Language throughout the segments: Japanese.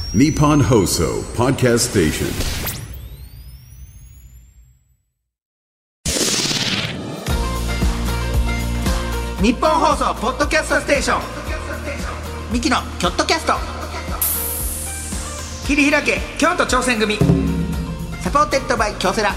Nippon Hoso Podcast Station。 日本放送ポッドキャストステーションミキのキョットキャスト。切り開け京都挑戦組サポーテッドバイ京セラ。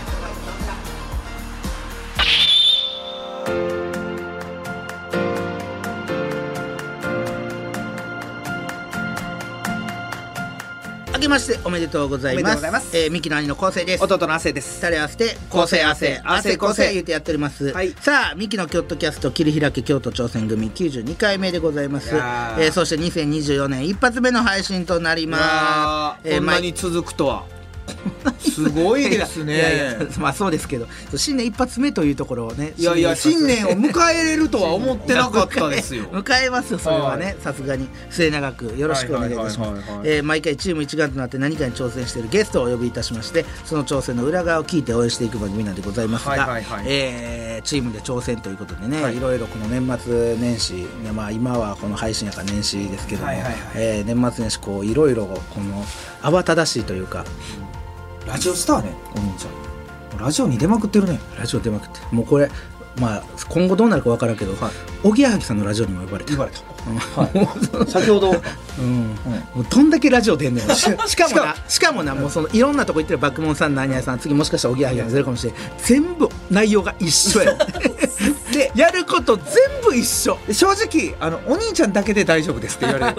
明けましておめでとうございます。 おめでとうございます。 ミキの兄の昴生です。 弟の亜生です。 二人合わせて構成汗構成言うてやっております、 はい、 さあミキの京都キャスト切り開け京都挑戦組92回目でございます。そして2024年一発目の配信となります。 こんなに続くとはすごいですね。 いやいやまあそうですけど新年一発目というところをね、 いやいや新年を迎えれるとは思ってなかったですよ。 迎えますよそれはね、さすがに末永くよろしくお願いいたします。毎回チーム一丸となって何かに挑戦しているゲストをお呼びいたしまして、その挑戦の裏側を聞いて応援していく番組なんでございますが、チームで挑戦ということでね、いろいろこの年末年始、まあ今はこの配信やから年始ですけども、年末年始こういろいろこの慌ただしいというか、 ラジオスターね、お兄ちゃんラジオに出まくってるね。 ラジオ出まくってもうこれまあ今後どうなるか分からんけど、おぎやはぎさんのラジオにも呼ばれた。 先ほど、 もうどんだけラジオ出んねん。しかもなもうそのいろんなとこ行ってる爆問さん何々さん次もしかしたらおぎやはぎが出るかもしれん。全部内容が一緒や。でやること全部一緒。 正直お兄ちゃんだけで大丈夫ですって言われる。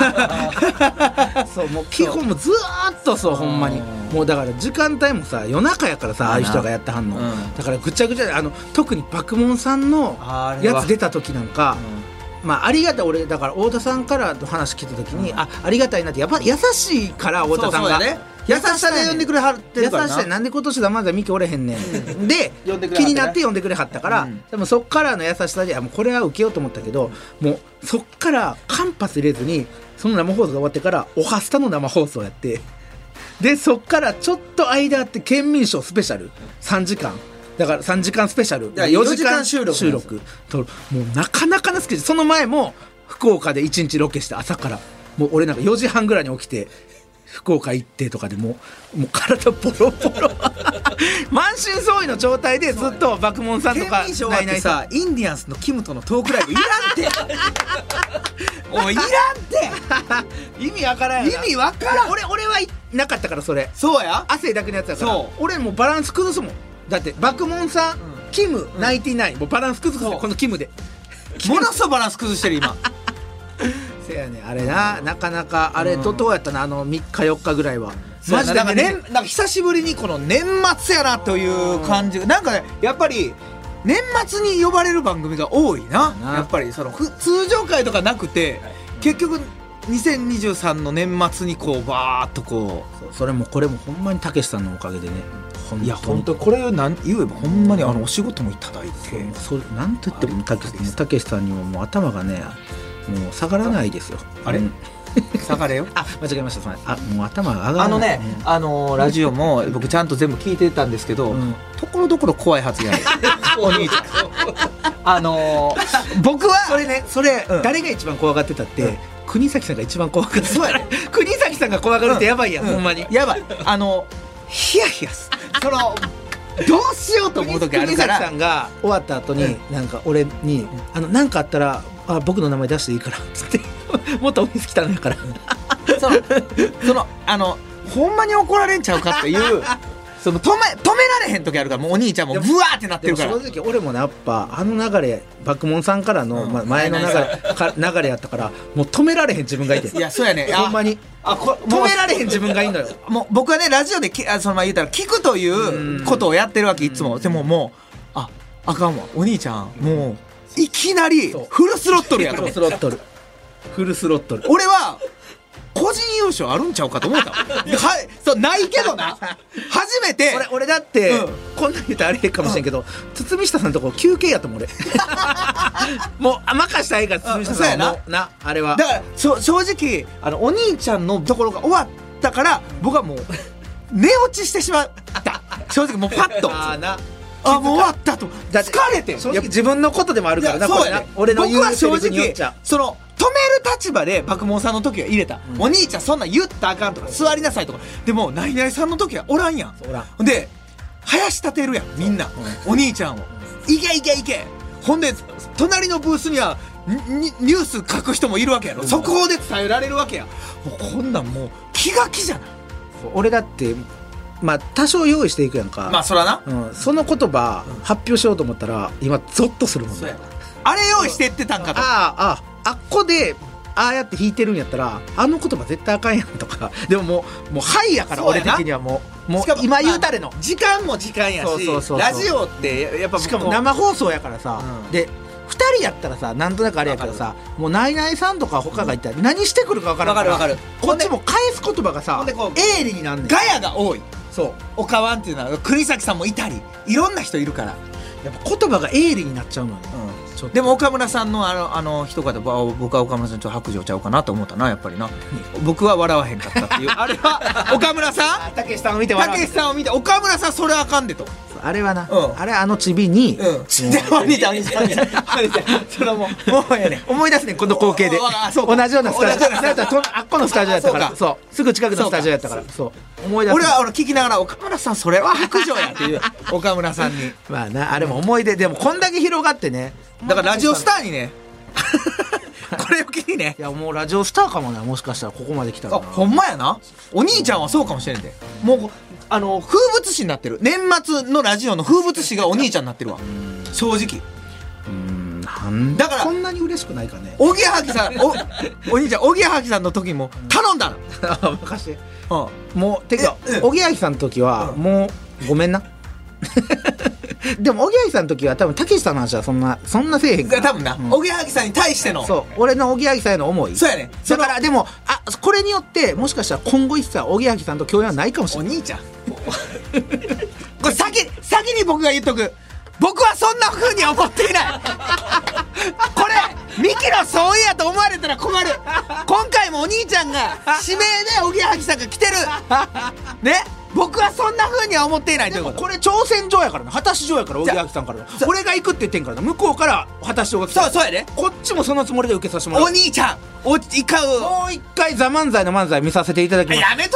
そうもう基本もずーっとそうほんまにもうだから時間帯もさ夜中やからさ、ああいう人がやってはんの、だからぐちゃぐちゃで特に爆問さんのやつ出た時なんか、まあありがたい。俺だから太田さんからの話聞いた時に、ありがたいなって、やっぱ優しいから太田さんが優しさで呼んでくれはってるからな。 優しさでなんで今年だまだミキおれへんねんで気になって呼んでくれはったから、でもそっからの優しさでもうこれは受けようと思ったけど、もうそっから間髪入れずにその生放送が終わってからおはスタの生放送やって、でそっからちょっと間あって県民賞スペシャル3時間だから3時間スペシャル 4時間収録と、もうなかなかなスケジュール。その前も福岡で1日ロケして朝からもう俺なんか4時半ぐらいに起きて福岡行ってとかでもう体ボロボロ満身創痍の状態でずっと爆問さんとか県民賞あってさ、インディアンスのキムとのトークライブいらんっておいいらんって意味わからんやな。 意味わからん。 俺はいなかったからそれ。 そうや汗だけのやつだから。 そう俺もうバランス崩すもん。だって爆問さん、キム、ナインティナインもうバランス崩すこのキムでものすごいバランス崩してる今。 せやねあれなかなかあれ怒涛やったな、3日4日ぐらいはマジでね。なんか久しぶりにこの年末やなという感じが、なんかねやっぱり年末に呼ばれる番組が多いな。やっぱりその通常回とかなくて、結局2023の年末にこうバーっとこう、それもこれもほんまにたけしさんのおかげでね。 いや本当これ言えばほんまにお仕事もいただいて、 それなんと言ってもたけしさんにももう頭がねもう下がらないですよ。 あれ、下がれよ。 間違えました。もう頭が上がらない。 ラジオも僕ちゃんと全部聞いてたんですけど、ところどころ怖い発言お兄ちゃん僕はそれ、誰が一番怖がってたって、国崎さんが一番怖がってた。そうやね。国崎さんが怖がるってやばいやん、ほんまにやばい。ヒヤヒヤすそのどうしようと思う時あるから。 国崎さんが終わった後になんか俺になんかあったら僕の名前出していいからっつってもっとオフィス来たのやからほんまに怒られんちゃうかっていうその止められへん時あるから、もうお兄ちゃんもブワーってなってるから。 正直俺もねやっぱ流れ爆問さんからの、前の流れやったからもう止められへん自分がいて。 いやそうやね、 ほんまに止められへん自分がいいのよ。 もう僕はねラジオでその言うたら聞くということをやってるわけいつも。でももうあかんわお兄ちゃんもういきなりフルスロットルやと。 フルスロットル。 俺は個人優勝あるんちゃうかと思ったはいそうないけどな初めて俺だって、こんなん言うとあれかもしれんけど、堤下さんのとこ休憩やと思う俺もう任したらいいから堤下さんはもうなあれはだから正直お兄ちゃんのところが終わったから僕はもう寝落ちしてしまった正直もうパッともう終わったと疲れて正直自分のことでもあるからな。 そうやね。 俺の言うセリフによっちゃそのる立場で爆問さんの時は入れた、お兄ちゃんそんなん言ったらあかんとか座りなさいとか。でもナイナイさんの時はおらんやん。で林立てるやんみんな、お兄ちゃんをいけいけいけ。ほんで隣のブースにはニュース書く人もいるわけやろ、速報で伝えられるわけや。もうこんなんもう気が気じゃない。 俺だってまあ多少用意していくやんか。 まあそらな、 その言葉発表しようと思ったら今ゾッとするもんね。 あれ用意してってたんかと。 あっこでああやって弾いてるんやったらあの言葉絶対あかんやんとか。でももうはいやから俺的にはもう今言うたれの時間も時間やし、ラジオってやっぱしかも生放送やからさ、で2人やったらさなんとなくあれやけどさ、もうナイナイさんとか他がいたら何してくるか分からんから、 分かるこっちも返す言葉がさ鋭利になんねん。 ガヤが多い。 そうおかわんっていうのは国崎さんもいたりいろんな人いるから、 やっぱ言葉が鋭利になっちゃうのよね。 でも岡村さんのあの一言、僕は岡村さんちょっと白状ちゃうかなと思ったな、やっぱりな。僕は笑わへんかったっていうあれは岡村さんたけしさんを見て笑う。 たけしさんを見て岡村さんそれあかんでと。 あれはな、あれチビにお兄ちゃんそれはもうやね思い出すねこの光景で。同じようなスタジオあっこのスタジオやったから、そうすぐ近くのスタジオやったから、そう思い出す。 俺は聞きながら岡村さんそれは白状やっていう岡村さんに。 まあな、あれも思い出でもこんだけ広がってね。 だからラジオスターにねこれを機にね。 いやもうラジオスターかもね、もしかしたらここまで来たら。 ほんまやな。お兄ちゃんはそうかもしれんで。もう風物詩になってる。年末のラジオの風物詩がお兄ちゃんになってるわ、正直。だからこんなに嬉しくないかね。 おぎやはぎさんお兄ちゃんおぎやはぎさんの時も頼んだの任して。もうてかおぎやはぎさんの時はもうごめんなでもおぎやはぎさんの時は多分たけしさんの話はそんなせえへんから多分な、おぎやはぎさんに対してのそう俺のおぎやはぎさんへの思い。 そうやね。 だからでもこれによってもしかしたら今後一切おぎやはぎさんと共演はないかもしれない。 お兄ちゃんこれ先に僕が言っとく。僕はそんな風には思っていないこれミキのそういやと思われたら困る。今回もお兄ちゃんが指名でおぎやはぎさんが来てるね。僕はそんな風には思っていないということ。 これ挑戦状やからな、果たし状やからおぎやはぎさんから俺が行くって言ってんからな、向こうから果たし状が来た。 そうやで。 こっちもそのつもりで受けさせてもらう。 お兄ちゃんもう一回ザ・漫才の漫才見させていただきます。 やめと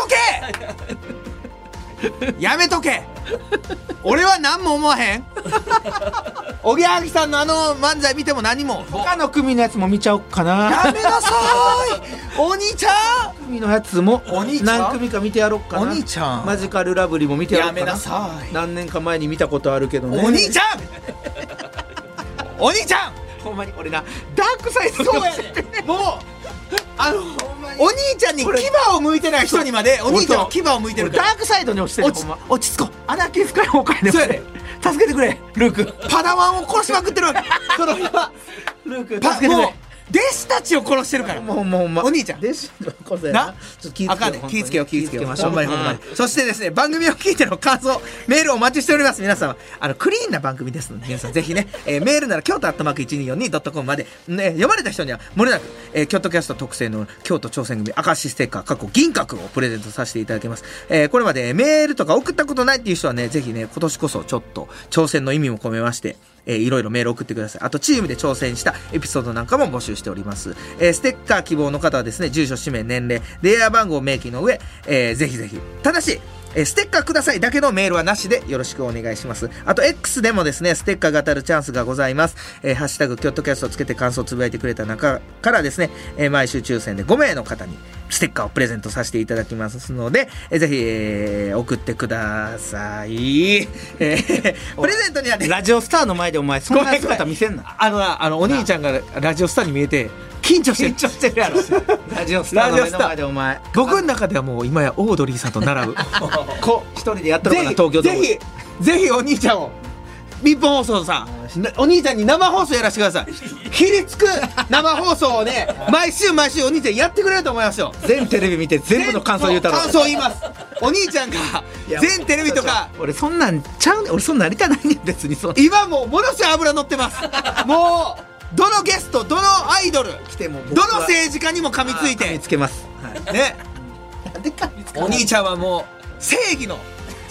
けやめとけ俺は何も思わへんおぎやはぎさんの漫才見ても何も。 他の組のやつも見ちゃおうかな。 やめなさいお兄ちゃん。 組のやつも何組か見てやろうかな。 お兄ちゃんマジカルラブリーも見てやろうかな。 やめなさい。 何年か前に見たことあるけどね。 お兄ちゃんお兄ちゃんほんまに俺なダークサイドそうやねもうお兄ちゃんに牙を向いてない人にまでお兄ちゃんは牙を向いてるから。 ダークサイドに落ちてる。 落ち着こう。 アナキースカイホーカイでそうやね助けてくれルーク。 パダワンを殺しまくってるわけその今ルーク助けてくれ。 弟子たちを殺してるから。 もうお兄ちゃん弟子のことやな。 ちょっとあかんね。気ぃつけようほんまに。 そしてですね、番組を聞いての感想メールをお待ちしております。皆様クリーンな番組ですので皆さんぜひね、メールなら京都@1242.com まで、ね、読まれた人には漏れなく、京都キャスト特製の京都挑戦組明石ステッカー銀閣をプレゼントさせていただきます。これまでメールとか送ったことないっていう人はね、ぜひね今年こそちょっと挑戦の意味も込めましていろいろメール送ってください。あとチームで挑戦したエピソードなんかも募集しております。ステッカー希望の方はですね、住所氏名年齢電話番号を明記の上、ぜひぜひただしステッカーくださいだけのメールはなしでよろしくお願いします。あと X でもですねステッカーが当たるチャンスがございます。ハッシュタグキョットキャストをつけて感想をつぶやいてくれた中からですね、毎週抽選で5名の方にステッカーをプレゼントさせていただきますので、ぜひ、送ってください。プレゼントにはね、 ラジオスターの前でお前そんな姿見せんな。 お兄ちゃんがラジオスターに見えて緊張してるやろラジオスターの前でお前。 僕の中ではもう今やオードリーさんと並ぶ一人でやったのかな東京で。 ぜひお兄ちゃんを日本放送さんお兄ちゃんに生放送やらせてください。ひりつく生放送をね毎週お兄ちゃんやってくれると思いますよ。 全テレビ見て全部の感想言うたら感想言います。お兄ちゃんが全テレビとか俺そんなんちゃうね。俺そんなんなりたないねん別に。 今もうものすごい油乗ってますもうどのゲストどのアイドル来てもどの政治家にも噛みついて噛みつけます、 ねお兄ちゃんはもう正義の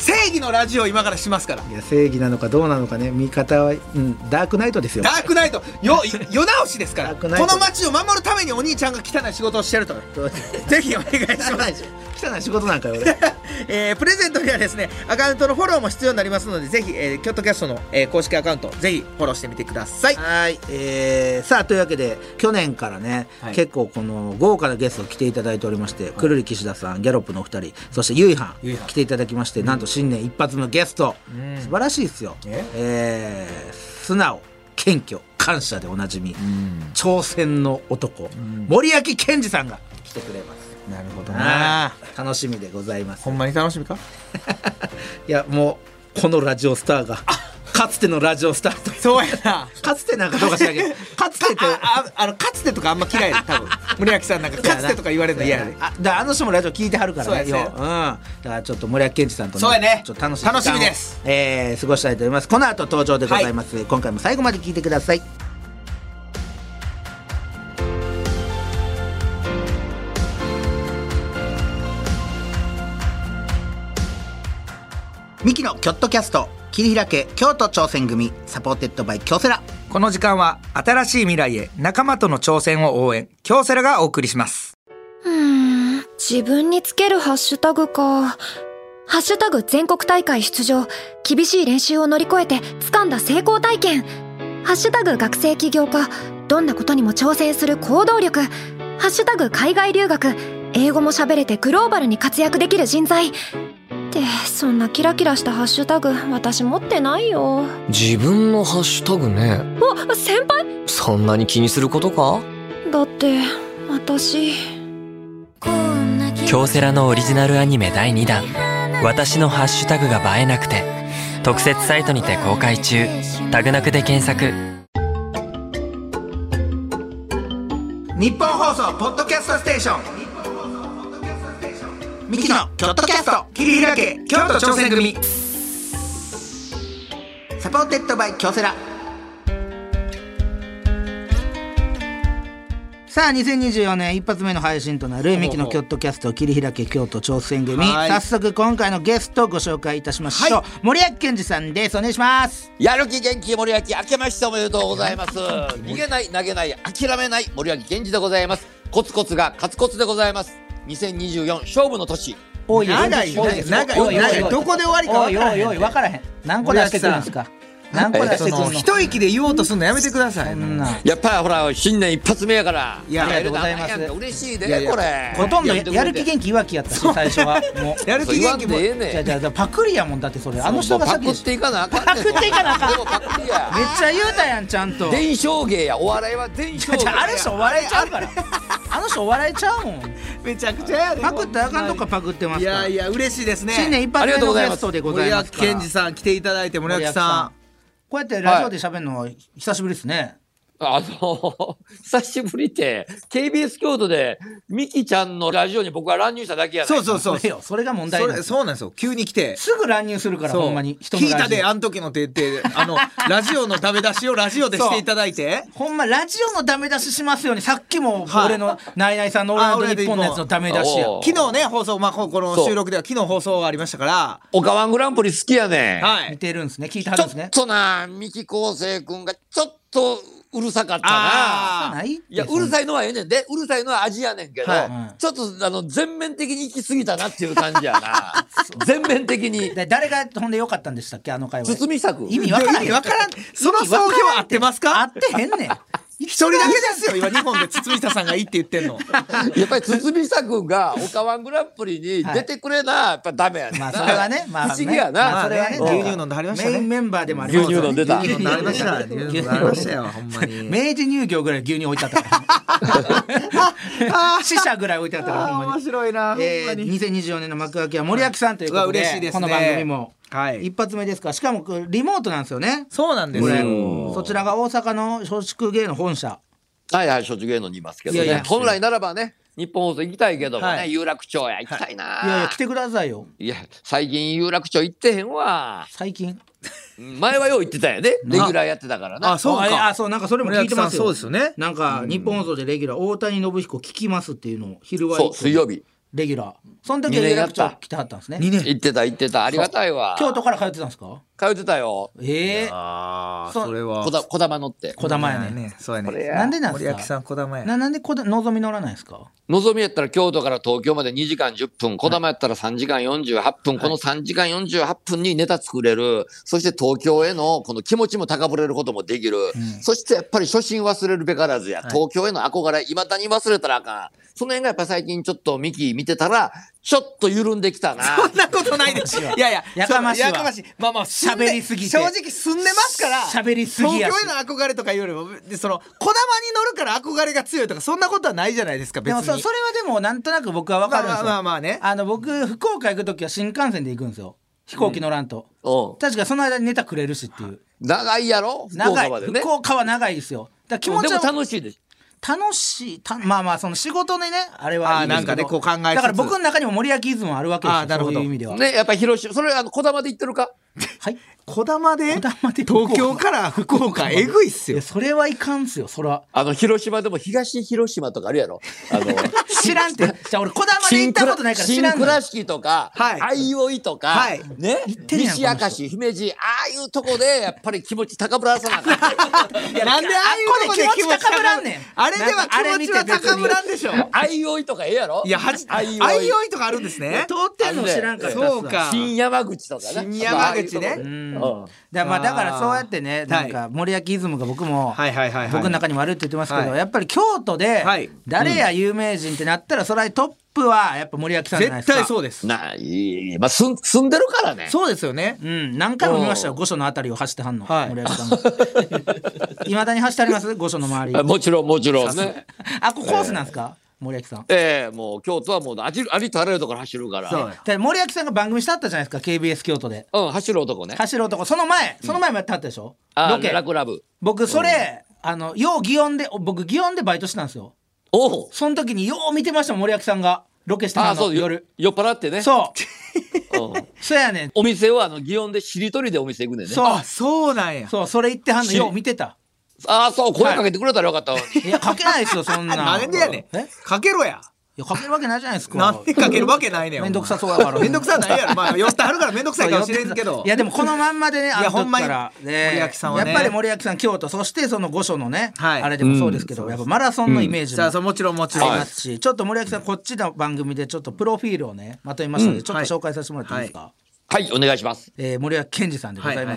正義のラジオ今からしますから。 いや正義なのかどうなのかね、見方は、ダークナイトですよ。 ダークナイト世直しですからこの街を守るためにお兄ちゃんが汚い仕事をしてるとぜひお願いします。 汚い仕事なんかよ俺プレゼントにはですねアカウントのフォローも必要になりますので、ぜひ、キョットキャストの、公式アカウントぜひフォローしてみてください。 はい、さあというわけで去年からね、結構この豪華なゲストを来ていただいておりまして、くるり岸田さん、ギャロップのお二人、そしてゆいはん来ていただきまして、なんと新年一発のゲスト、素晴らしいですよ。素直謙虚感謝でおなじみ、挑戦の男、森脇健児さんが来てくれます。 なるほどな、 楽しみでございます。 ほんまに楽しみかいやもうこのラジオスターがかつてのラジオスターとそうやなかつてなんかどうかしらんけどかつてってかつてとかあんま嫌いや多分森脇さんなんかかつてとか言われるの嫌やで。 あの人もラジオ聞いてはるからね。 そうやね、 だからちょっと森脇健児さんとね、 そうやね、 ちょっと楽しい時間を楽しみです、 過ごしたいと思います。この後登場でございます、今回も最後まで聞いてください。ミキのキョットキャスト切り開け京都挑戦組、サポーテッドバイ京セラ。 この時間は新しい未来へ、仲間との挑戦を応援、京セラがお送りします。 自分につけるハッシュタグか。ハッシュタグ全国大会出場、厳しい練習を乗り越えて掴んだ成功体験。ハッシュタグ学生起業家、どんなことにも挑戦する行動力。ハッシュタグ海外留学、英語も喋れてグローバルに活躍できる人材。ってそんなキラキラしたハッシュタグ私持ってないよ。 自分のハッシュタグね。 あ、先輩？ そんなに気にすることか？ だって私京セラのオリジナルアニメ第2弾、私のハッシュタグが映えなくて、特設サイトにて公開中。タグなくで検索。 日本放送ポッドキャストステーション、ミキのキョットキャスト切り開け京都挑戦組、サポーテッドバイ京セラ。さあ2024年一発目の配信となるミキのキョットキャスト切り開け京都挑戦組、早速今回のゲストをご紹介いたしましょう、森脇健児さんです。お願いします。 やる気元気森脇、明けましておめでとうございます。逃げない投げない諦めない森脇健児でございます。コツコツが勝つコツでございます。2024勝負の年。 おい長いどこで終わりか分からへん。 分からへん。何個出してくるんですか。何個出してくるの。 一息で言おうとするのやめてください。 やっぱりほら新年一発目やから。 いやありがとうございます。 嬉しいでこれ。 ほとんどやる気元気いわきやったし最初はもうやる気元気もじゃパクリやもんだってそれ。あの人がパクっていかなあかん。 パクっていかなあかん。 でもパクリや。 めっちゃ言うたやんちゃんと。 伝承芸や、お笑いは伝承芸。 あの人お笑いちゃうから。あの人お笑いちゃうもん。 めちゃくちゃやで。 パクってあかんとかパクってますから。 いや嬉しいですね。 新年一発目のゲストでございますから。 森脇健児さん来ていただいて。森脇さんこうやってラジオで喋るのは久しぶりですね。 久しぶりって KBS 京都でミキちゃんのラジオに僕は乱入しただけやない。 そうそれが問題なんです。 そうなんですよ。急に来てすぐ乱入するからほんまに。 聞いたであん時のって言ってラジオのダメ出しをラジオでしていただいてほんまラジオのダメ出ししますように。さっきも俺のナイナイさんのオールナイトニッポンのやつのダメ出しや。 昨日ね放送、この収録では昨日放送がありましたから。 おかわんグランプリ好きやね。 見てるんですね。聞いてはるんですね。 ちょっとな三木昴生君がちょっとうるさかったな。いやうるさいのはええねんで、うるさいのは味やねんけど、ちょっと全面的に行き過ぎたなっていう感じやな。全面的に。 誰がほんで良かったんでしたっけあの会話。 堤下君。 意味わからん。 その総評合ってますか。 合ってへんねん。 一人だけですよ今日本で堤下さんがいいって言ってんの。 やっぱり堤下君がおかわんグランプリに出てくれな、やっぱダメやねん。 まあそれはね、 不思議やな。 それはね、 牛乳飲んではりましたね。 メインメンバーでもあります。 牛乳飲んでた。 牛乳飲んではりました。牛乳飲んではりましたよほんまに。 明治乳業ぐらい牛乳置いてあったから死者ぐらい置いてあったからほんまに。 面白いな。 2024年の幕開けは森脇さんということで、 嬉しいですね。 この番組も一発目ですから、しかもリモートなんですよね。 そうなんですよ。 そちらが大阪の松竹芸の本社。 はい、松竹芸能にいますけどね。本来ならばね日本放送行きたいけどもね、有楽町や行きたいな。 いや来てくださいよ。 いや最近有楽町行ってへんわ。 最近前はよう行ってたんやで。レギュラーやってたからな。 そうか。そうなんかそれも聞いてますよ。 そうですよね。 なんか日本放送でレギュラー大谷信彦聞きますっていうのを昼はそう水曜日レギュラー。その時は有楽町来てはったんですね。 2年行ってたありがたいわ。 京都から通ってたんですか？ 通ってたよ。 それはこだま乗って。 こだまやね。 そうやね。 なんでなんですか？ 森脇さんこだまや。 なんでのぞみ乗らないですか？ のぞみやったら京都から東京まで2時間10分、こだまやったら3時間48分、この3時間48分にネタ作れる、そして東京へのこの気持ちも高ぶれることもできる、そしてやっぱり初心忘れるべからずや、東京への憧れ、いまだに忘れたらあかん。その辺がやっぱ最近ちょっとミキ見てたら、ちょっと緩んできたな。 そんなことないですよ。いやいや、 やかましいわ。 やかましい。まあ喋りすぎて。 正直住んでますから。 喋りすぎやし。 東京への憧れとかいうよりも、こだまに乗るから憧れが強いとか、そんなことはないじゃないですか、別に。 でもそれはでもなんとなく僕は分かるんですよ。 まあね。 僕、福岡行くときは新幹線で行くんですよ。飛行機乗らんと。確かその間にネタくれるしっていう。 長いやろ？福岡までね。 福岡は長いですよ。だから気持ちはでも楽しいです。 楽しいまあその仕事でねあれはいいですけど、 なんかねこう考えつつ、 だから僕の中にも森脇イズムあるわけですよ。 なるほど。 そういう意味ではね、やっぱり広島、それこだまで行ってるか？ はい。 こだまで東京から福岡えぐいっすよ。 それはいかんっすよ。それは広島でも東広島とかあるやろ。 知らんって。じゃあ俺こだまで行ったことないから知らんの。 新倉敷とか相生とかね、西明石姫路、ああいうとこでやっぱり気持ち高ぶらさなかった。 いやなんでああいうとこで気持ち高ぶらんねん。あれでは気持ちは高ぶらんでしょ。 相生とかええやろ。 いや相生とかあるんですね。 通ってんの知らんから。 そうか。 新山口とかね。 新山口ね。 だからそうやってね、なんか森脇イズムが僕も僕の中にもあるって言ってますけど、やっぱり京都で誰や有名人ってなったらそれはトップはやっぱ森脇さんじゃないですか。 絶対そうです。 まあ住んでるからね。 そうですよね。 何回も見ましたよ。御所のあたりを走ってはんの森脇さんが。いまだに走ってあります？御所の周り。 もちろんね。 ここコースなんですか？森脇さん。 もう京都はもうありとあらゆるところ走るから。 森脇さんが番組してあったじゃないですか、 KBS 京都で。 走る男ね。 走る男。その前もやってはったでしょ、ロケ。 ラクラブ。 僕それよう祇園でバイトしてたんですよ。その時によう見てました。森脇さんがロケしてたの夜酔っ払ってね。 そうやねん。 お店を祇園でしりとりでお店行くねんね。 そうなんや。 それ言ってはんのよう見てた。 そう声かけてくれたらよかったのに。 いやかけないですよそんな。 なんでやねん。かけろや。 いやかけるわけないじゃないですか。 なんでかけるわけないねん。 めんどくさそうやから。 めんどくさないやろ。まあ寄ってはるからめんどくさいかもしれんけど。 いやでもこのまんまでね、 いやほんまに森脇さんはね、やっぱり森脇さん京都、そしてその御所のね、あれでもそうですけど、やっぱマラソンのイメージももちろんありますし、ちょっと森脇さんこっちの番組でちょっとプロフィールをねまとめましたので、ちょっと紹介させてもらっていいですか？ はい、お願いします。 森脇健児さんでございます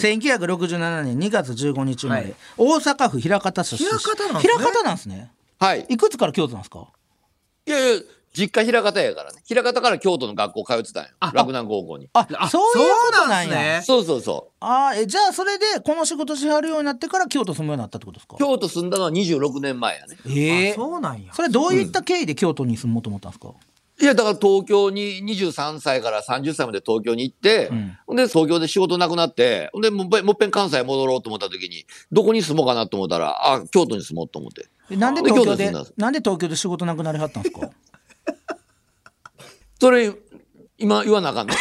。1967年2月15日生まれ、大阪府枚方市出身。枚方なんですね。 はい。 いくつから京都なんですか？ いや実家枚方やからね。枚方から京都の学校通ってたんよ。洛南高校に。 そういうことなんや。 そう。 じゃあそれでこの仕事しはるようになってから京都住むようになったってことですか？ 京都住んだのは26年前やね。 そうなんや。 それどういった経緯で京都に住もうと思ったんですか？ いやだから東京に23歳から30歳まで東京に行って、で東京で仕事なくなって、でもっぺん関西戻ろうと思った時にどこに住もうかなと思ったら京都に住もうと思って。 なんで東京で仕事なくなりはったんですか？ それ今言わなあかんの？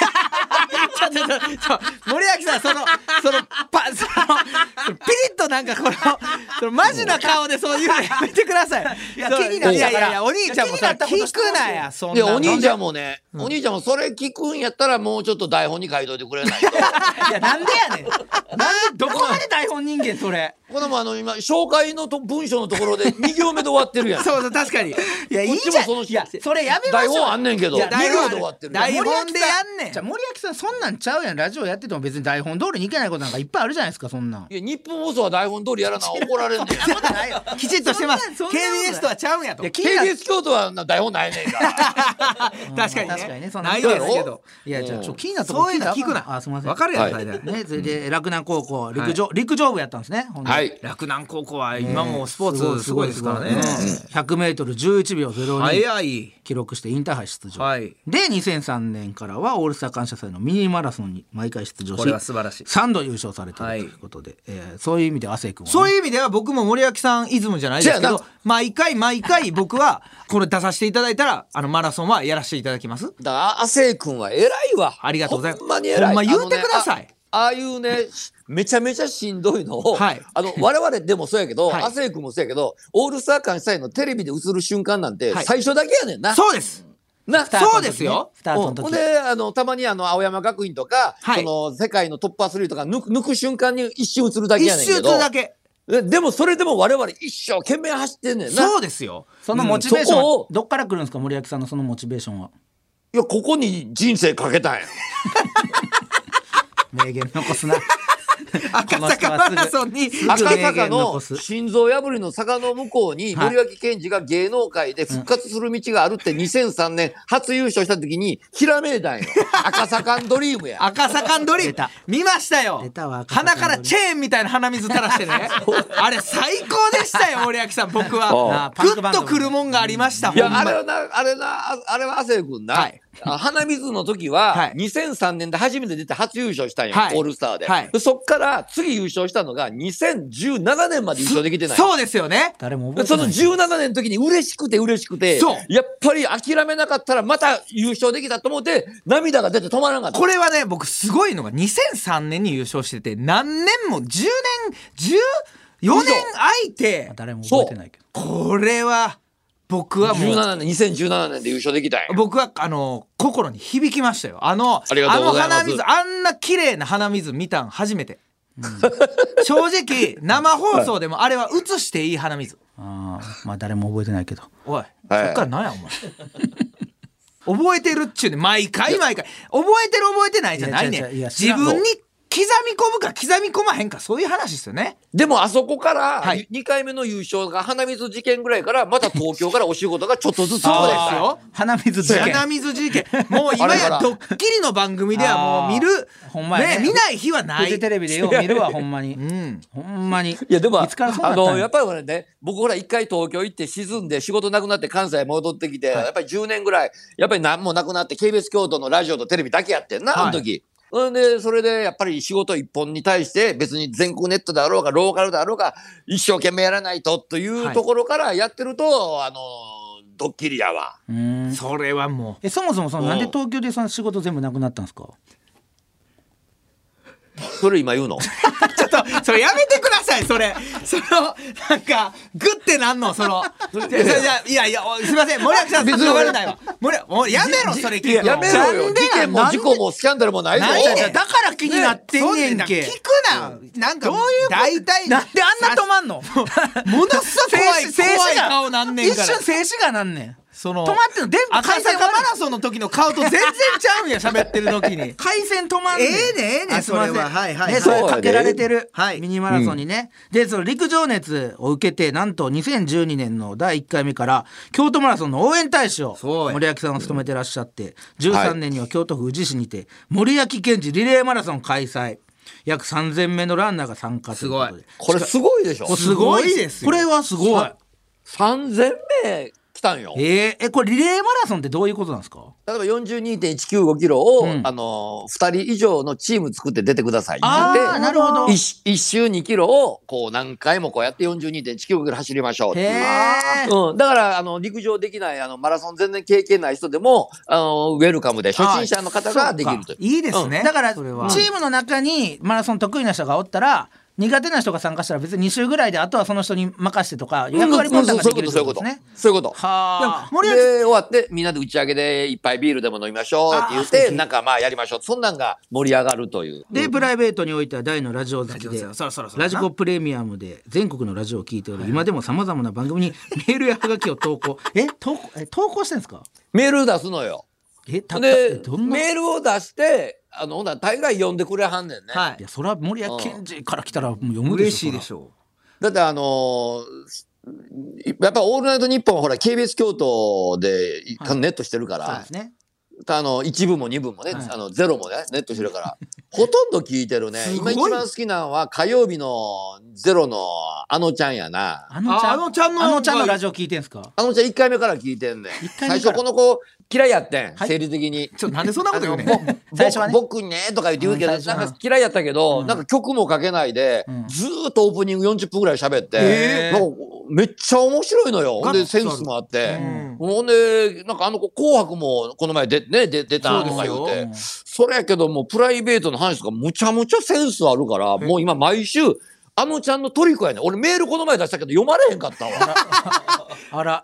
森脇さんそのピリッとなんかそのマジな顔でそういうのやめてください。いやお兄ちゃんもそれ聞くなや。そんな。 いやお兄ちゃんもね、お兄ちゃんもそれ聞くんやったらもうちょっと台本に書いといてくれないと。 いやなんでやねん。どこまで台本人間それ。 これも今紹介の文章のところで2行目で終わってるやん。 そう確かに。いやいいじゃん。いやそれやめましょう。 台本あんねんけど2行で終わってる。 台本でやんねん。 じゃ森脇さんそんなんちゃうやん。ラジオやってても別に台本通りにいけないことなんかいっぱいあるじゃないですか。そんなん。 いや日本放送は台本通りやらな怒られんねん。 きちっとしてます。KBS とはちゃうんやと。 KBS 京都は台本ないねんから。 確かにね。ないですけど。 いやじゃあ気になったこと聞くな。 すみません。 わかるやん。 ねそれで洛南高校陸上部やったんですね。 はい。 洛南高校は今もスポーツすごいですからね。 100m11秒02 早い記録してインターハイ出場。で2003年からはオールスター感謝祭のミニマラソンに毎回出場し、 これは素晴らしい。 3度優勝されているということで、そういう意味で亜生君は、 そういう意味では僕も森脇さんイズムじゃないですけど、毎回僕はこれ出させていただいたらマラソンはやらせていただきます。 だから亜生君は偉いわ。 ありがとうございます。 ほんまに偉い。 ほんま言うてください。 ああいうねめちゃめちゃしんどいのを、我々でもそうやけど、亜生君もそうやけど、オールスター感謝祭のテレビで映る瞬間なんて最初だけやねんな。 そうです。 そうですよ。 スタートの時。 ほんでたまに青山学院とか、その世界のトップアスリートが抜く瞬間に一瞬映るだけやねんけど。 一瞬映るだけ。 でもそれでも我々一生懸命走ってんねんな。 そうですよ。 そのモチベーションはどっから来るんですか、森脇さんのそのモチベーションは。 いや、ここに人生かけたんや。 名言残すな。 赤坂マラソンに赤坂の心臓破りの坂の向こうに森脇健児が芸能界で復活する道があるって2003年初優勝した時にひらめいたんよ。赤坂ドリームや。 赤坂ドリーム見ましたよ。鼻からチェーンみたいな鼻水垂らしてね。あれ最高でしたよ森脇さん。僕はグッとくるもんがありました。 いや、あれは亜生君な、鼻水の時は2003年で初めて出て初優勝したんよ、オールスターで。そっから次優勝したのが2017年まで優勝できてない。 そうですよね。 誰も覚えてない。 その17年の時に嬉しくてやっぱり諦めなかったらまた優勝できたと思って涙が出て止まらなかった。 これはね、僕すごいのが2003年に優勝してて何年も10年14年空いて、 誰も覚えてないけど、 これは僕はもう 2017年で優勝できたんや。 僕は心に響きましたよ。鼻水、あんな綺麗な鼻水見たん初めて。正直生放送でもあれは映していい鼻水。 まあ誰も覚えてないけど。 おい、そっから何やお前。覚えてるっちゅうね、毎回覚えてる覚えてないじゃないね。自分に刻み込むか刻み込まへんか、そういう話ですよね。 でもあそこから2回目の優勝が鼻水事件ぐらいからまた東京からお仕事がちょっとずつそうですよ。 鼻水事件。 もう今やドッキリの番組ではもう見るほんまね、 見ない日はない。 フジテレビでよう見るわほんまに。ほんまに。いやでもいつからそうなったんや。 やっぱりね、僕ほら一回東京行って沈んで仕事なくなって関西戻ってきて、やっぱり10年ぐらいやっぱり何もなくなって KBS 京都のラジオとテレビだけやってんな、あの時。でそれでやっぱり仕事一本に対して別に全国ネットであろうがローカルであろうが一生懸命やらないとというところからやってると、ドッキリやわ。 それはもうそもそもなんで東京でその仕事全部なくなったんですか。 それ今言うの？ ちょっとそれやめてください。なんかグッてなんのいやすいません、森脇さん別に悪ないわ。もうやめろそれ聞く。 やめろよ。事件も事故もスキャンダルもないぞ。 だから気になってんねんけ。聞くな。なんかどういう大体なんであんな止まんの？ ものすごい怖い顔なんねんから。 一瞬静止画なんねん。止まってんの電波赤坂マラソンの時の顔と全然ちゃうんや、喋ってる時に。 回線止まんねん。 ええねんそれは。 ね、それかけられてるミニマラソンにね。でその陸上熱を受けてなんと2012年の第1回目から京都マラソンの応援大使を森脇さんを務めてらっしゃって、13年には京都府宇治市にて森脇健児リレーマラソン開催。約3000名のランナーが参加ということで。 これすごいでしょ。 すごいですよ。 これはすごい。 3000名来たんよ。 これリレーマラソンってどういうことなんですか？ 例えば 42.195 キロを、2人以上のチーム作って出てくださいって。 なるほど。 1周2キロをこう何回もこうやって 42.195 キロ走りましょうっていう。だから陸上できないマラソン全然経験ない人でもウェルカムで初心者の方ができるという。 いいですね。 だからチームの中にマラソン得意な人がおったら苦手な人が参加したら別に2周ぐらいであとはその人に任せてとか役割分担ができるってことですね。 そういうこと。 はあ。 で終わってみんなで打ち上げで一杯ビールでも飲みましょうって言ってなんかまあやりましょう。そんなんが盛り上がるという。 でプライベートにおいては大のラジオ好きでラジコプレミアムで全国のラジオを聞いており、今でもさまざまな番組にメールやハガキを投稿投稿してんですか？ メール出すのよ。でメールを出してほんなら大概読んでくれはんねんね。 いやそれは森脇健児から来たらもう読む嬉しいでしょう。だってやっぱ「オールナイトニッポン」はほら KBS 京都でネットしてるから、 そうですね。 1部も2部もね、ゼロもねネットしてるからほとんど聞いてるね。今一番好きなのは火曜日のゼロのあのちゃんやな。 あのちゃんのラジオ聞いてんすか？ あのちゃん1回目から聞いてんねん。最初この子嫌いやってん、生理的に。 なんでそんなこと言うね最初はね。 僕にねとか言うけど、なんか嫌いやったけど、なんか曲もかけないで、ずーっとオープニング40分ぐらい喋って、なんかめっちゃ面白いのよ。ほんでセンスもあって、ほんでなんか紅白もこの前出たとか言うて、それやけどもプライベートの話とかむちゃむちゃセンスあるから、もう今毎週あのちゃんのトリコやねん。俺メールこの前出したけど読まれへんかったわ。 あら。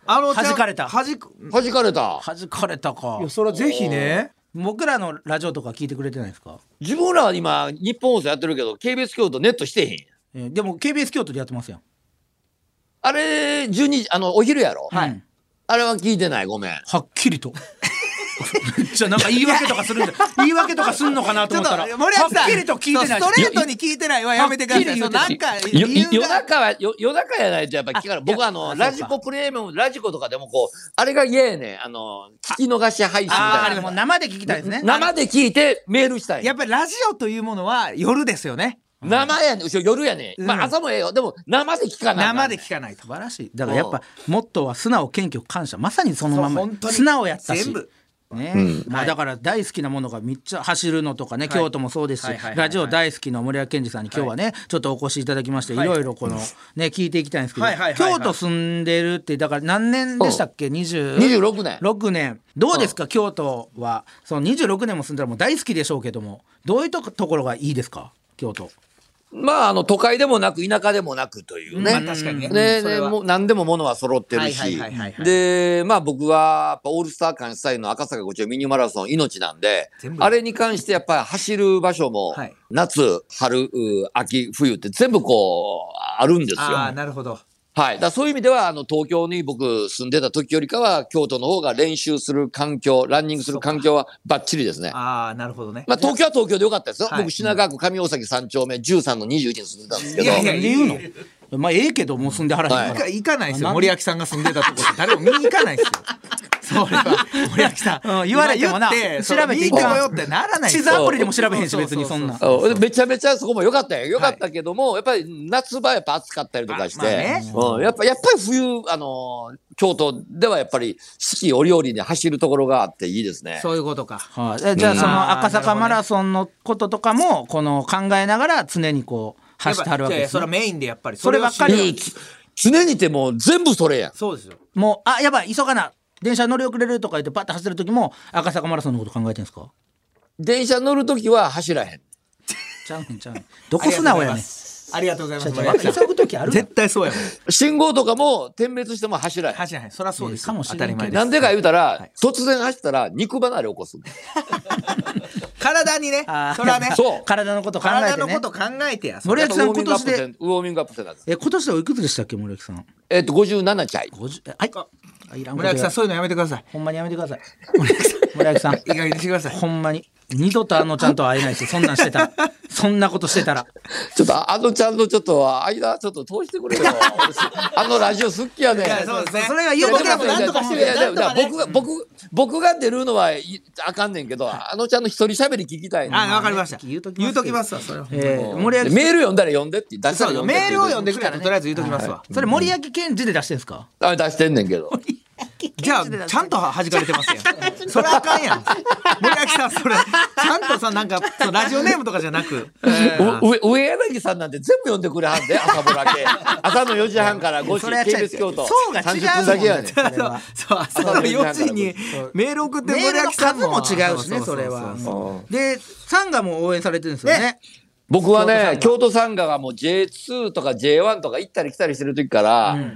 弾かれた弾かれたか。 いやそれはぜひね。 僕らのラジオとか聞いてくれてないですか？ 自分らは今日本放送やってるけど KBS 京都ネットしてへん。 でも KBS 京都でやってますやん。 あれ12時お昼やろ。 はい。 あれは聞いてない。ごめん。 はっきりと。めっちゃなんか言い訳とかするんで言い訳とかすんのかなと思ったら、 森脇さんはっきりと聞いてない。 ストレートに聞いてないはやめてください。なんか夜中やないとやっぱ聞かない。僕はラジコプレミアムラジコとかでもこうあれが嫌やねん。聞き逃し配信みたいな。 もう生で聞きたいですね。 生で聞いてメールしたい。 やっぱりラジオというものは夜ですよね。 生やねん。夜やねん。まあ朝もええよ。でも生で聞かない。 生で聞かないと。 素晴らしい。だからやっぱモットーは素直謙虚感謝。まさにそのまま素直やったし。 全部ね。まあだから大好きなものがめっちゃ走るのとかね、京都もそうですし、ラジオ大好きな森脇健児さんに今日はねちょっとお越しいただきまして、いろいろこのね聞いていきたいんですけど、京都住んでるってだから何年でしたっけ？26 年。 6年。どうですか京都は？その26年も住んだらもう大好きでしょうけども、どういうところがいいですか京都？ まあ都会でもなく田舎でもなくというね。 まあ確かにね。 でもう何でも物は揃ってるし、でまあ僕はやっぱオールスター感主催の赤坂5丁ミニマラソン命なんで、あれに関してやっぱり走る場所も夏、春、秋、冬って全部こうあるんですよ。 ああなるほど。 はい。だからそういう意味では、東京に僕住んでた時よりかは、京都の方が練習する環境、ランニングする環境はバッチリですね。 ああ、なるほどね。 まあ東京は東京でよかったですよ。僕品川区上大崎3丁目13の21に住んでたんですけど。 いや言うの？まあええけどもう住んではらへんから。 行かないですよ。森脇さんが住んでたとこ誰も見に行かないですよ。それは森脇さん、 言われてもな調べていかんよってならない。 地図アプリでも調べへんし別にそんな。 めちゃめちゃそこも良かったよ。良かったけども、やっぱり夏場やっぱ暑かったりとかして、やっぱり冬京都ではやっぱり四季折々に走るところがあっていいですね。 そういうことか。 じゃあその赤坂マラソンのこととかもこの考えながら常にこう走ってはるわけですね。 それはメインでやっぱりそればっかり。 常にてもう全部それやん。 そうですよ。 もうやばい急がな。電車乗り遅れるとか言ってパッと走る時も赤坂マラソンのこと考えてんすか？ 電車乗る時は走らへん。 ちゃうねんどこ素直やねん。 ありがとうございます。 急ぐ時ある。 絶対そうやもん。 信号とかも点滅しても走らへん。 走らへん。そりゃそうです。 かもしれない。 なんでか言うたら、突然走ったら肉離れ起こす。 体にね。それはね。 そう。 体のこと考えてね。 体のこと考えてや。 森脇さん今年でウォーミングアップしてたんです。 今年でおいくつでしたっけ森脇さん ？57ちゃい。 はい。 森脇さんそういうのやめてください。 ほんまにやめてください。森脇さんいい加減にしてください。 ほんまに二度とちゃんと会えないし、そんなんしてたらそんなことしてたらちょっとちゃんとちょっと間ちょっと通してくれよ。ラジオ好きやね。 そうですね。 それは言うことだとなんとかして僕が出るのはあかんねんけど、ちゃんの一人喋り聞きたいね。 わかりました。言うときますわ。それは。 メール読んだら読んでって出したら読んで。 メールを読んでくれたらとりあえず言うときますわ。 それ森脇健児で出してんすか？ 出してんねんけど。 じゃあちゃんと弾かれてますやん。それあかんやん。森脇さんそれちゃんとさなんかラジオネームとかじゃなく、 上柳さんなんて全部読んでくれはんで朝ぼらけ朝の4時半から5時 KBS 京都そうが違うもんだけやねん。 そう朝の4時にメール送って森脇さんも違うしねそれは。でサンガも応援されてるんですよね。 僕はね、京都サンガがもう J2 とか J1 とか行ったり来たりしてる時から、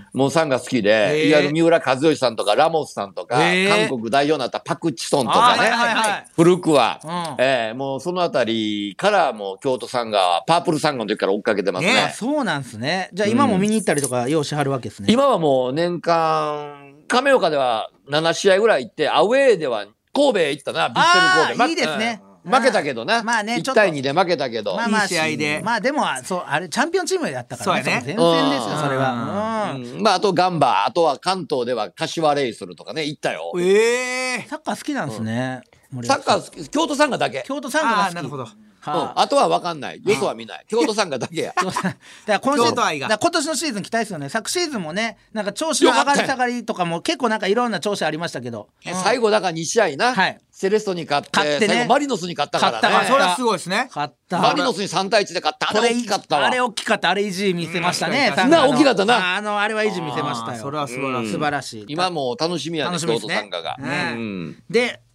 もうサンガ好きで、いわゆる三浦和義さんとかラモスさんとか、韓国代表になったパクチソンとかね、古くは、もうそのあたりからもう京都サンガ、パープルサンガの時から追っかけてますね。 そうなんですね。じゃあ今も見に行ったりとか用しはるわけですね。 今はもう年間、亀岡では7試合ぐらい行って、アウェーでは神戸行ったな、ビッセル神戸。 いいですね。 負けたけどな。 まあね、 1対2で負けたけど。 いい試合で。 まあでも、あれ、チャンピオンチームやったからね。 そうやね。 全然ですよ、それは。 まあ、あとガンバ、あとは関東では柏レイソルとかね、行ったよ。 サッカー好きなんですね。 サッカー、京都サンガだけ。 京都サンガが好き。 なるほど。 あとは分かんない。よくは見ない。京都サンガだけや。 だから今年のシーズン期待ですよね。昨シーズンもね、なんか調子の上がり下がりとかも結構なんかいろんな調子ありましたけど。 最後だから2試合な。セレッソに勝って、最後マリノスに勝ったからね。 それはすごいですね。 勝った。 マリノスに3対1で勝った。あれ大きかったわ。 あれ大きかった。あれ意地見せましたね。 大きかったな。 あれは意地見せましたよ。 それは素晴らしい。 今もう楽しみやね、京都サンガが。 で、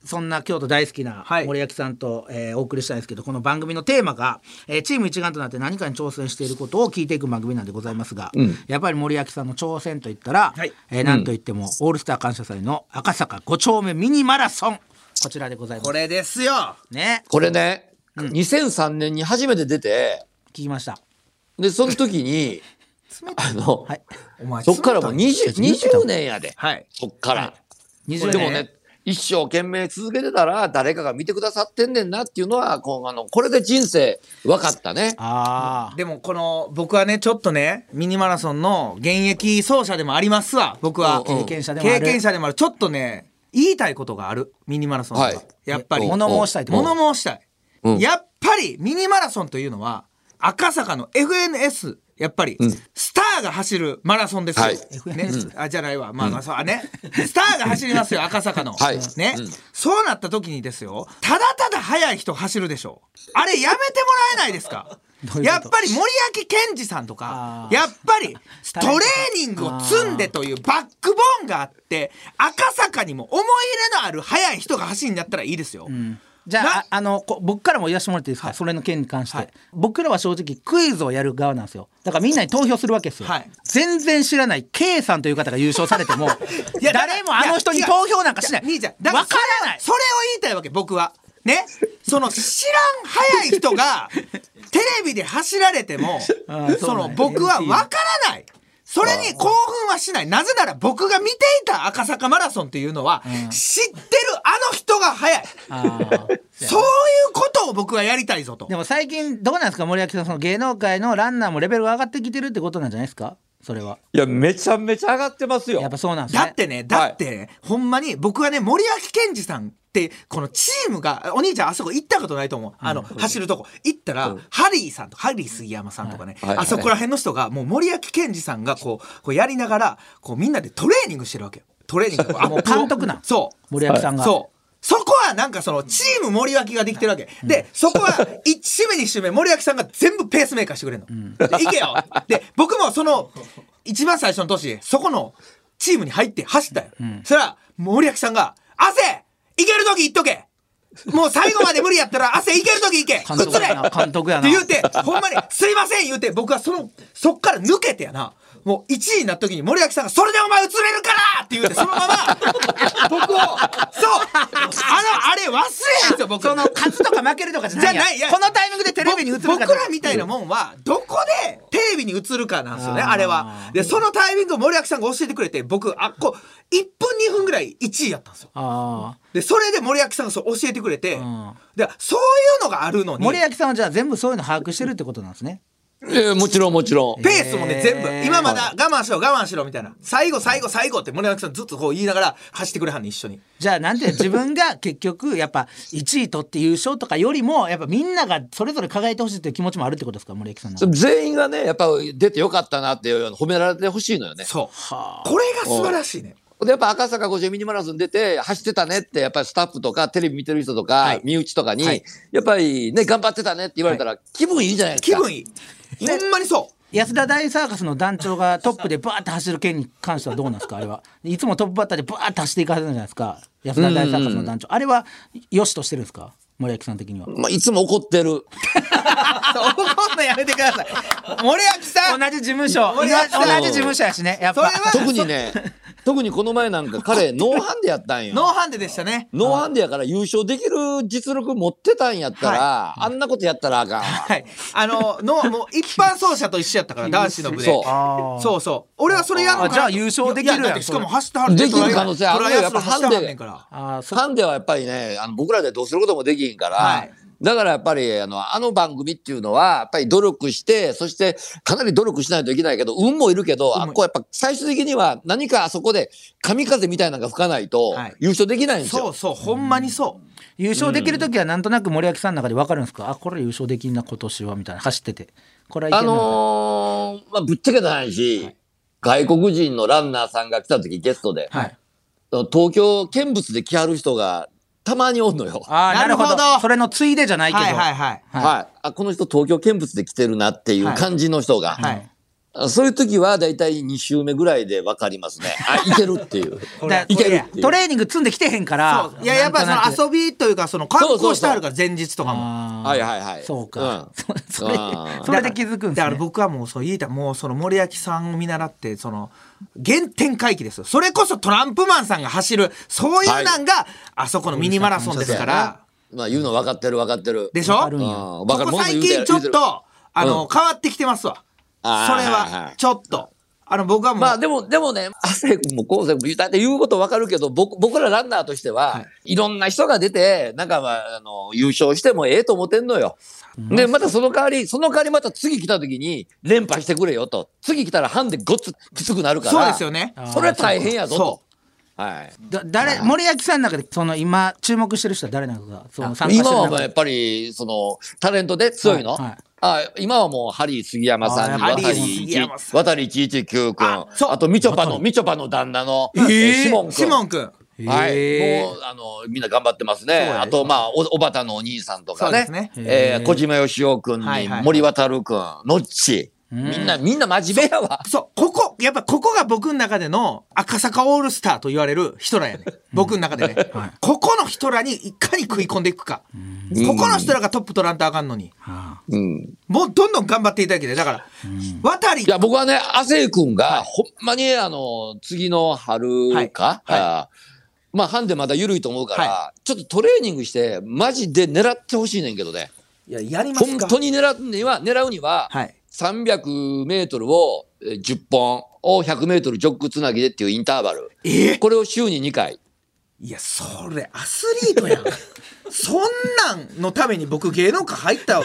そんな京都大好きな森脇さんと、お送りしたいんですけど、この番組のテーマが、チーム一丸となって何かに挑戦していることを聞いていく番組なんでございますが、やっぱり森脇さんの挑戦といったら、なんといってもオールスター感謝祭の赤坂5丁目ミニマラソン、こちらでございます。 これですよね。 これね、2003年に初めて出て、 聞きました。 でその時にはい、 そっからもう 20年やで、 はい、 そっから、 20年でもね一生懸命続けてたら誰かが見てくださってんねんなっていうのはこれで人生分かったね。 でも僕はねちょっとねミニマラソンの現役走者でもありますわ。僕は経験者でもある。 ちょっとね言いたいことがある。ミニマラソンは、やっぱり物申したいって物申したい、やっぱりミニマラソンというのは赤坂の FNS、やっぱり、スターが走るマラソンですよ。ね、じゃないわ。まあそうね。スターが走りますよ、赤坂の。ね、そうなった時にですよ、ただただ速い人走るでしょ。あれやめてもらえないですか？やっぱり森脇健児さんとか、やっぱりトレーニングを積んでというバックボーンがあって、赤坂にも思い入れのある速い人が走るんだったらいいですよ。 じゃあ僕からも言わせてもらっていいですか、それの件に関して、僕らは正直クイズをやる側なんですよ。だからみんなに投票するわけですよ、全然知らない K さんという方が優勝されても誰もあの人に投票なんかしない。 兄ちゃん分からない。 それを言いたいわけ。僕はね、その知らん速い人がテレビで走られても僕は分からない。それに興奮はしない。なぜなら僕が見ていた赤坂マラソンっていうのは、知ってるあの人が速い。そういうことを僕はやりたいぞと。 でも最近どうなんですか森脇さん、その芸能界のランナーもレベルが上がってきてるってことなんじゃないですか、それは。 いやめちゃめちゃ上がってますよ。 やっぱそうなんですね。 だってね、ほんまに僕はね、森脇健児さんってこのチームが、お兄ちゃんあそこ行ったことないと思う。走るとこ行ったら、ハリー杉山さんとかね、あそこら辺の人がもう森脇健児さんがこうやりながらみんなでトレーニングしてるわけよ。トレーニングもう監督なん。 そう森脇さんが、 そこはなんかチーム森脇ができてるわけ、でそこは1周目2周目森脇さんが全部ペースメーカーしてくれるの、で行けよで僕も一番最初の年そこのチームに入って走ったよ、そしたら森脇さんが「汗いける時行っとけ、もう最後まで無理やったら汗いける時行け、 監督やな」 って言うて、ほんまに「すいません」言うて、僕はそっから抜けてやな、もう1位になった時に森脇さんが「それでお前映れるから!」って言うて、そのまま僕をあれ忘れへんすよ。僕勝つとか負けるとかじゃないやん。このタイミングでテレビに映るか、 僕らみたいなもんはどこでテレビに映るかなんですよね、あれは。でそのタイミングを森脇さんが教えてくれて、僕1分2分ぐらい1位やったんですよ。でそれで森脇さんが教えてくれて、でそういうのがあるのに、 森脇さんはじゃあ全部そういうの把握してるってことなんですね。 もちろんペースもね全部今まだ我慢しろみたいな、最後って森脇さんずっとこう言いながら走ってくれはんね、一緒に。 じゃあなんて自分が結局やっぱ1位取って優勝とかよりもやっぱみんながそれぞれ輝いてほしいっていう気持ちもあるってことですか、森脇さんの。 全員がねやっぱ出てよかったなっていう褒められてほしいのよね。 そうこれが素晴らしいね。 でやっぱ赤坂50ミニマラソン出て走ってたねってやっぱりスタッフとかテレビ見てる人とか、身内とかに、やっぱりね頑張ってたねって言われたら気分いいじゃないですか。 気分いい、ほんまにそう。 安田大サーカスの団長がトップでバーって走る件に関してはどうなんですか。あれはいつもトップバッターでバーって走っていかれるじゃないですか、安田大サーカスの団長。あれはよしとしてるんですか、森脇さん的には。 いつも怒ってる。 怒んのやめてください。森脇さん同じ事務所やしね、やっぱ特にこの前なんか彼ノーハンデやったんよ。 ノーハンデでしたね。 ノーハンデやから優勝できる実力持ってたんやったら、あんなことやったらあかん。 もう一般走者と一緒やったから男子の部で。そう俺はそれやるから。 じゃあ優勝できるやん。 しかも走ってはるできる可能性あるよ。やっぱハンデはやっぱりね僕らでどうすることもできひんから。だからやっぱりあの番組っていうのはやっぱり努力して、そしてかなり努力しないといけないけど運もいるけど、やっぱ最終的には何かあそこで神風みたいなのが吹かないと優勝できないんですよ。 そうほんまにそう。 優勝できるときはなんとなく森脇さんの中で分かるんですか。これ優勝できんな今年はみたいな、走っててこれはいけんのか。 ぶっちゃけた話、外国人のランナーさんが来た時ゲストで、東京見物で来はる人がたまにおんのよ。 なるほど。それのついでじゃないけど、 この人東京見物で来てるなっていう感じの人が、 そういう時はだいたい2週目ぐらいで分かりますね。いけるっていう。いけるっていう。 トレーニング積んできてへんから。 いや、やっぱりその遊びというか、その観光してあるから、前日とかも。 はいはいはい。 そうか。それで気づくんですね。 だから僕はもうそう言いたい。もうその森脇さんを見習って、その、原点回帰ですよ。それこそトランプマンさんが走る、そういうなんが、あそこのミニマラソンですから。 まあ言うの分かってる分かってる。 でしょ？ここ最近ちょっと、変わってきてますわ。それは、ちょっと。僕はもう。 まあでもね、亜生君も昴生君も言うことわかるけど、僕らランナーとしては、いろんな人が出て、なんか優勝してもええと思ってんのよ。で、またその代わりまた次来た時に連覇してくれよと。次来たらハンデごっつきつくなるから。 そうですよね。 それは大変やぞと。 はい。森脇さんの中で、今、注目してる人は誰なのか、 今はやっぱり、タレントで強いの？今はもう、ハリー杉山さんに、渡り119君、あと、みちょぱの旦那の、シモン君。はい。もう、みんな頑張ってますね。あと、まあ、おばたのお兄さんとかね。小島よしお君に、森渉君、ノッチ。みんな真面目やわ。 そう、やっぱここが僕の中での赤坂オールスターと言われる人らやね。僕の中でね。ここの人らにいかに食い込んでいくか。ここの人らがトップ取らんとあかんのに。もうどんどん頑張っていただきたい。だから、 いや、僕はね、亜生君が、ほんまに次の春か、まあ、ハンデまだ緩いと思うから、ちょっとトレーニングして、マジで狙ってほしいねんけどね。 いや、やりますか。 本当に狙うには、300メートルを10本を100メートルジョッグつなぎでっていうインターバル。これを週に2回。 いや、それアスリートやん。そんなんのために僕芸能界入ったわ。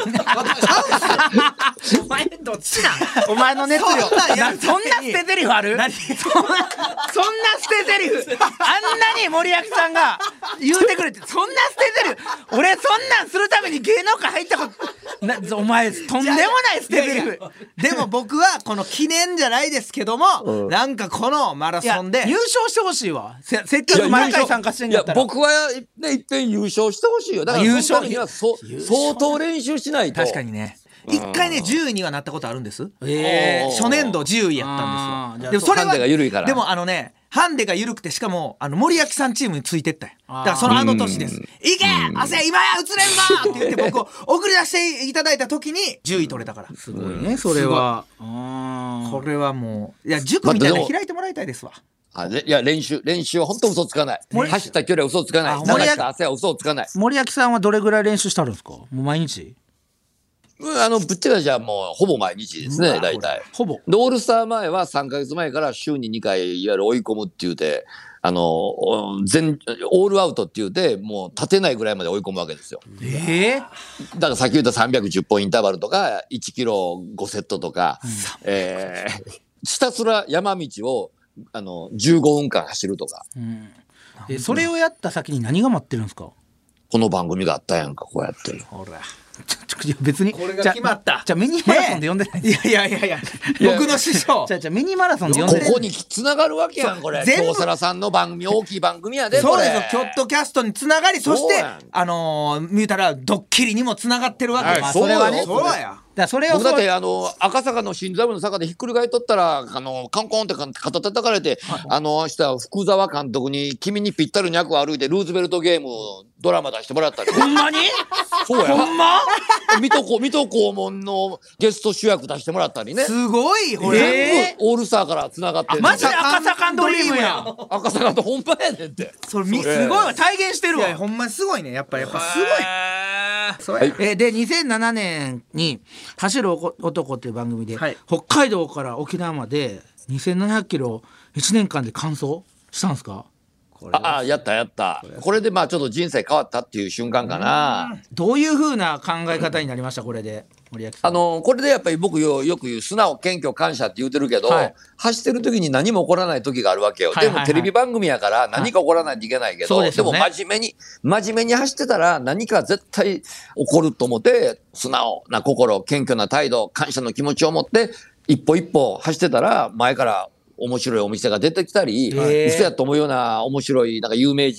お前どっちなんお前の熱量。そんな捨て台詞ある？そんな捨て台詞あんなに森脇さんが言うてくれて、そんな捨て台詞俺そんなんするために芸能界入ったことお前とんでもない捨て台詞。 でも僕はこの記念じゃないですけども、なんかこのマラソンで優勝してほしいわ。せっかく毎回参加してんやったら。 僕はね、いっぺん優勝してほしいよ。だからそのためには相当練習しないと。 確かにね。一回ね、10位にはなったことあるんです。初年度10位やったんですよ。でもそれはハンデが緩いから。 でもハンデが緩くて、しかも森脇さんチームについてったよ。だからその年です。いけ亜生今や映れんぞって言って僕を送り出していただいた時に10位取れたから。 すごいね、それは。 これはもう、いや、塾みたいなの開いてもらいたいですわ。 いや、練習は本当嘘つかない。走った距離は嘘つかない。流した汗は嘘つかない。 森脇さんはどれぐらい練習してあるんですか？もう毎日？ ぶっちゃけじゃもうほぼ毎日ですね、大体。 ほぼ。 で、オールスター前は3ヶ月前から週に2回、いわゆる追い込むって言うて、オールアウトって言うて、もう立てないぐらいまで追い込むわけですよ。だからさっき言った310本インターバルとか、1キロ5セットとか、ひたすら山道を、15分間走るとか。 それをやった先に何が待ってるんですか？ この番組があったやんか、こうやって。 ほら。別にこれが決まった。 じゃあミニマラソンで呼んでない。 いや僕の師匠。 じゃあミニマラソンで呼んでない。 ここに繋がるわけやん、これ。京セラさんの番組、大きい番組やで、 そうですよ。キョットキャストに繋がり、そして見たらドッキリにも繋がってるわけ。 それはね。 そうや。 それを僕だって赤坂の新座部の坂でひっくり返っとったらカンコンって肩叩かれて、明日福沢監督に君にぴったりに役を歩いてルーズベルトゲームドラマ出してもらったり。 ほんまに？ そうや。 ほんま？ 水戸黄門のゲスト主役出してもらったりね。 すごい。 全部オールスターから繋がってる。 マジで赤坂ドリームやん。 赤坂とほんまやねんって。 それすごいわ。体現してるわ。 いやほんますごいね。やっぱすごい。 で2007年に「走る男」っていう番組で、北海道から沖縄まで2700キロ1年間で完走したんですか？ やったこれでちょっと人生変わったっていう瞬間かな。 どういう風な考え方になりました？これで森脇さん。 これでやっぱり僕よく言う素直謙虚感謝って言うてるけど、走ってる時に何も起こらない時があるわけよ。でもテレビ番組やから何か起こらないといけないけど、でも真面目に走ってたら何か絶対起こると思って素直な心、謙虚な態度、感謝の気持ちを持って一歩一歩走ってたら前から面白いお店が出てきたり、嘘やと思うような面白いなんか有名人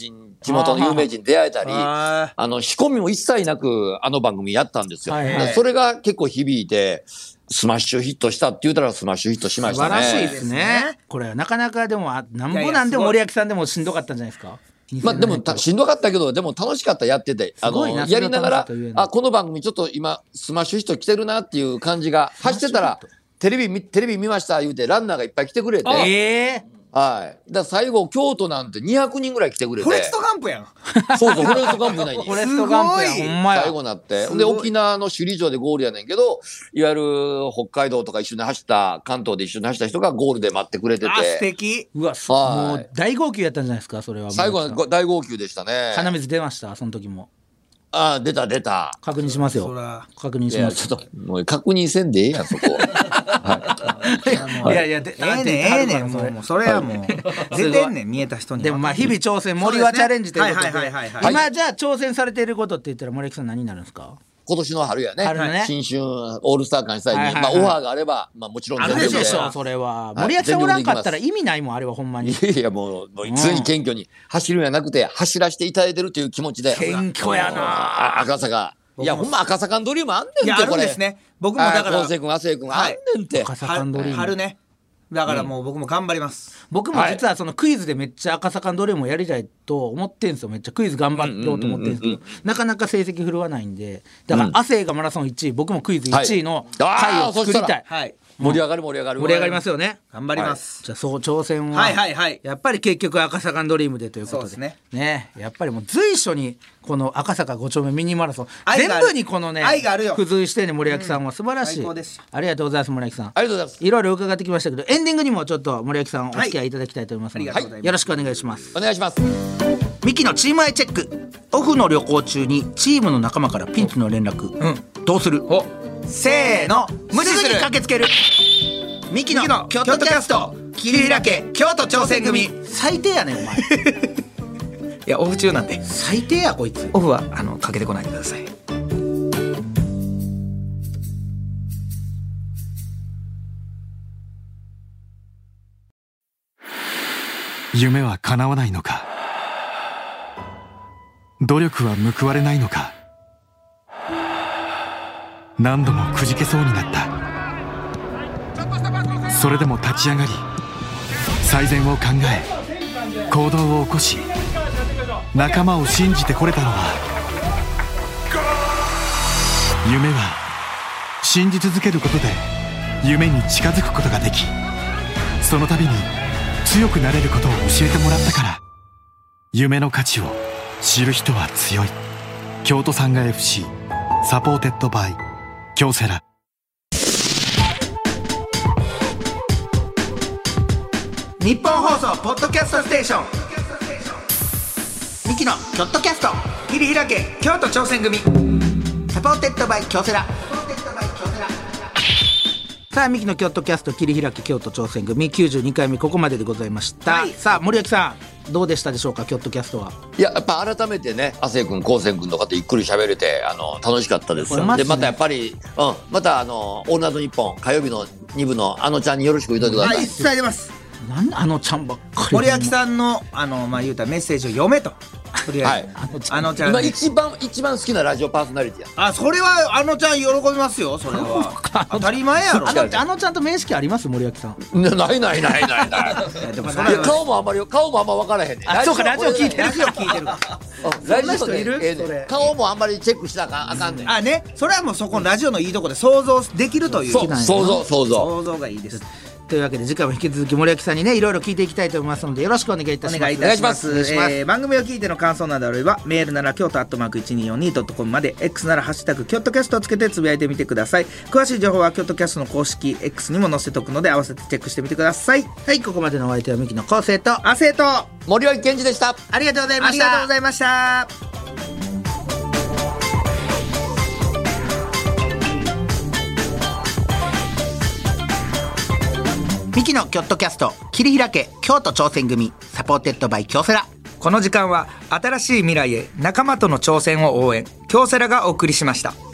地元の有名人に出会えたり、仕込みも一切なく番組やったんですよ。それが結構響いて、スマッシュヒットしたって言うたらスマッシュヒットしましたね。 素晴らしいですね。これなかなかでもなんぼなんでも森脇さんでもしんどかったんじゃないですか。 でもしんどかったけど、でも楽しかったやってて、やりながら、この番組ちょっと今スマッシュヒット来てるなっていう感じが走ってたら、テレビ見ました言うてランナーがいっぱい来てくれて。はい。だから最後、京都なんて200人ぐらい来てくれて。 フォレストガンプやん。 そうそう、フォレストガンプ内に。 フォレストガンプやん、ほんまや。 最後になって。で、沖縄の首里城でゴールやねんけど、いわゆる北海道とか一緒に走った、関東で一緒に走った人がゴールで待ってくれてて。 素敵。 うわ、もう大号泣やったんじゃないですか、それは。 最後は大号泣でしたね。 鼻水出ました、その時も。 出た。 確認しますよ。確認します。 ちょっと、もう確認せんでええやん、そこ。 いや、 ええねん、もう、それはもう、出てんねん、見えた人に。 でも日々挑戦、森はチャレンジということで。今じゃあ挑戦されていることって言ったら森脇さん何になるんですか？ 今年の春やね。新春オールスター感謝祭に、オファーがあれば、もちろんあるでしょ、それは。森脇さんおらんかったら意味ないもん、あれはほんまに。 いや、もう、常に謙虚に走るんやなくて、走らせていただいてるという気持ちで。 謙虚やな。 赤坂。いや、ほんま赤坂ドリームあんねんって、これ。 ですね。僕もだから。 昴生君、亜生君、あんねんって。 赤坂ドリーム。 春ね。だからもう僕も頑張ります。 僕も実はそのクイズでめっちゃ赤坂ドリームをやりたいと思ってんすよ。めっちゃクイズ頑張ろうと思ってんすけど、なかなか成績振るわないんで、だから亜生がマラソン1位、僕もクイズ1位の回を作りたい。 はい。 盛り上がる。 盛り上がりますよね。 頑張ります。 じゃあそう挑戦はやっぱり結局赤坂ドリームでということでね。やっぱりもう随所にこの赤坂5丁目ミニマラソン全部にこのね付随してね森脇さんは素晴らしい。ありがとうございます森脇さん。 ありがとうございます。 いろいろ伺ってきましたけどエンディングにもちょっと森脇さんお付き合いいただきたいと思いますのでよろしくお願いします。 お願いします。 ミキのチームアイチェック。オフの旅行中にチームの仲間からピンチの連絡。どうする？ せーの、無視する。 駆けつける。ミキの京都キャスト切り開け京都挑戦組。最低やねんお前。 いやオフ中なんで。 最低やこいつ。 オフはかけてこないでください。 夢は叶わないのか、努力は報われないのか、何度もくじけそうになった。それでも立ち上がり最善を考え行動を起こし仲間を信じてこれたのは、夢は信じ続けることで夢に近づくことができ、その度に強くなれることを教えてもらったから。夢の価値を知る人は強い。京都サンガ FC サポーテッドバイ京セラ。 日本放送ポッドキャストステーションミキの京都キャスト切り開け京都挑戦組サポーテッドバイ京セラ。さあミキの京都キャスト切り開け京都挑戦組92回目ここまででございました、さあ森脇さんどうでしたでしょうか京都キャストは。 いややっぱ改めてね亜生君昴生君とかとゆっくり喋れて楽しかったですよ。でまたやっぱりまたオールナイトニッポン火曜日の2部のちゃんによろしく言うといてください。 一切出ます。 なんちゃんばっかり森脇さんの言うたらメッセージを読めと。とりあえずちゃん今一番好きなラジオパーソナリティや。 それはちゃん喜びますよ。それは当たり前やろ。 ちゃんと面識あります森脇さん。 ないでも顔もあんま分からへんねん。 そうかラジオ聞いてる。 ラジオ聞いてる。 そんな人いる？ 顔もあんまりチェックしなあかんねん。 ねそれはもうそこのラジオのいいとこで想像できるという。 想像がいいです。 というわけで次回も引き続き森脇さんにねいろいろ聞いていきたいと思いますのでよろしくお願いいたします。 お願いいたします。番組を聞いての感想などあればメールなら京都@1242.com まで、 X ならハッシュタグ京都キャストをつけてつぶやいてみてください。詳しい情報は京都キャストの公式 X にも載せておくので合わせてチェックしてみてください。 はい、ここまでのお相手はミキの昴生と亜生と森脇健児でした。 ありがとうございました。 ありがとうございました。 ミキの京都キャスト切り開け京都挑戦組サポーテッドバイ京セラ。 この時間は新しい未来へ仲間との挑戦を応援京セラがお送りしました。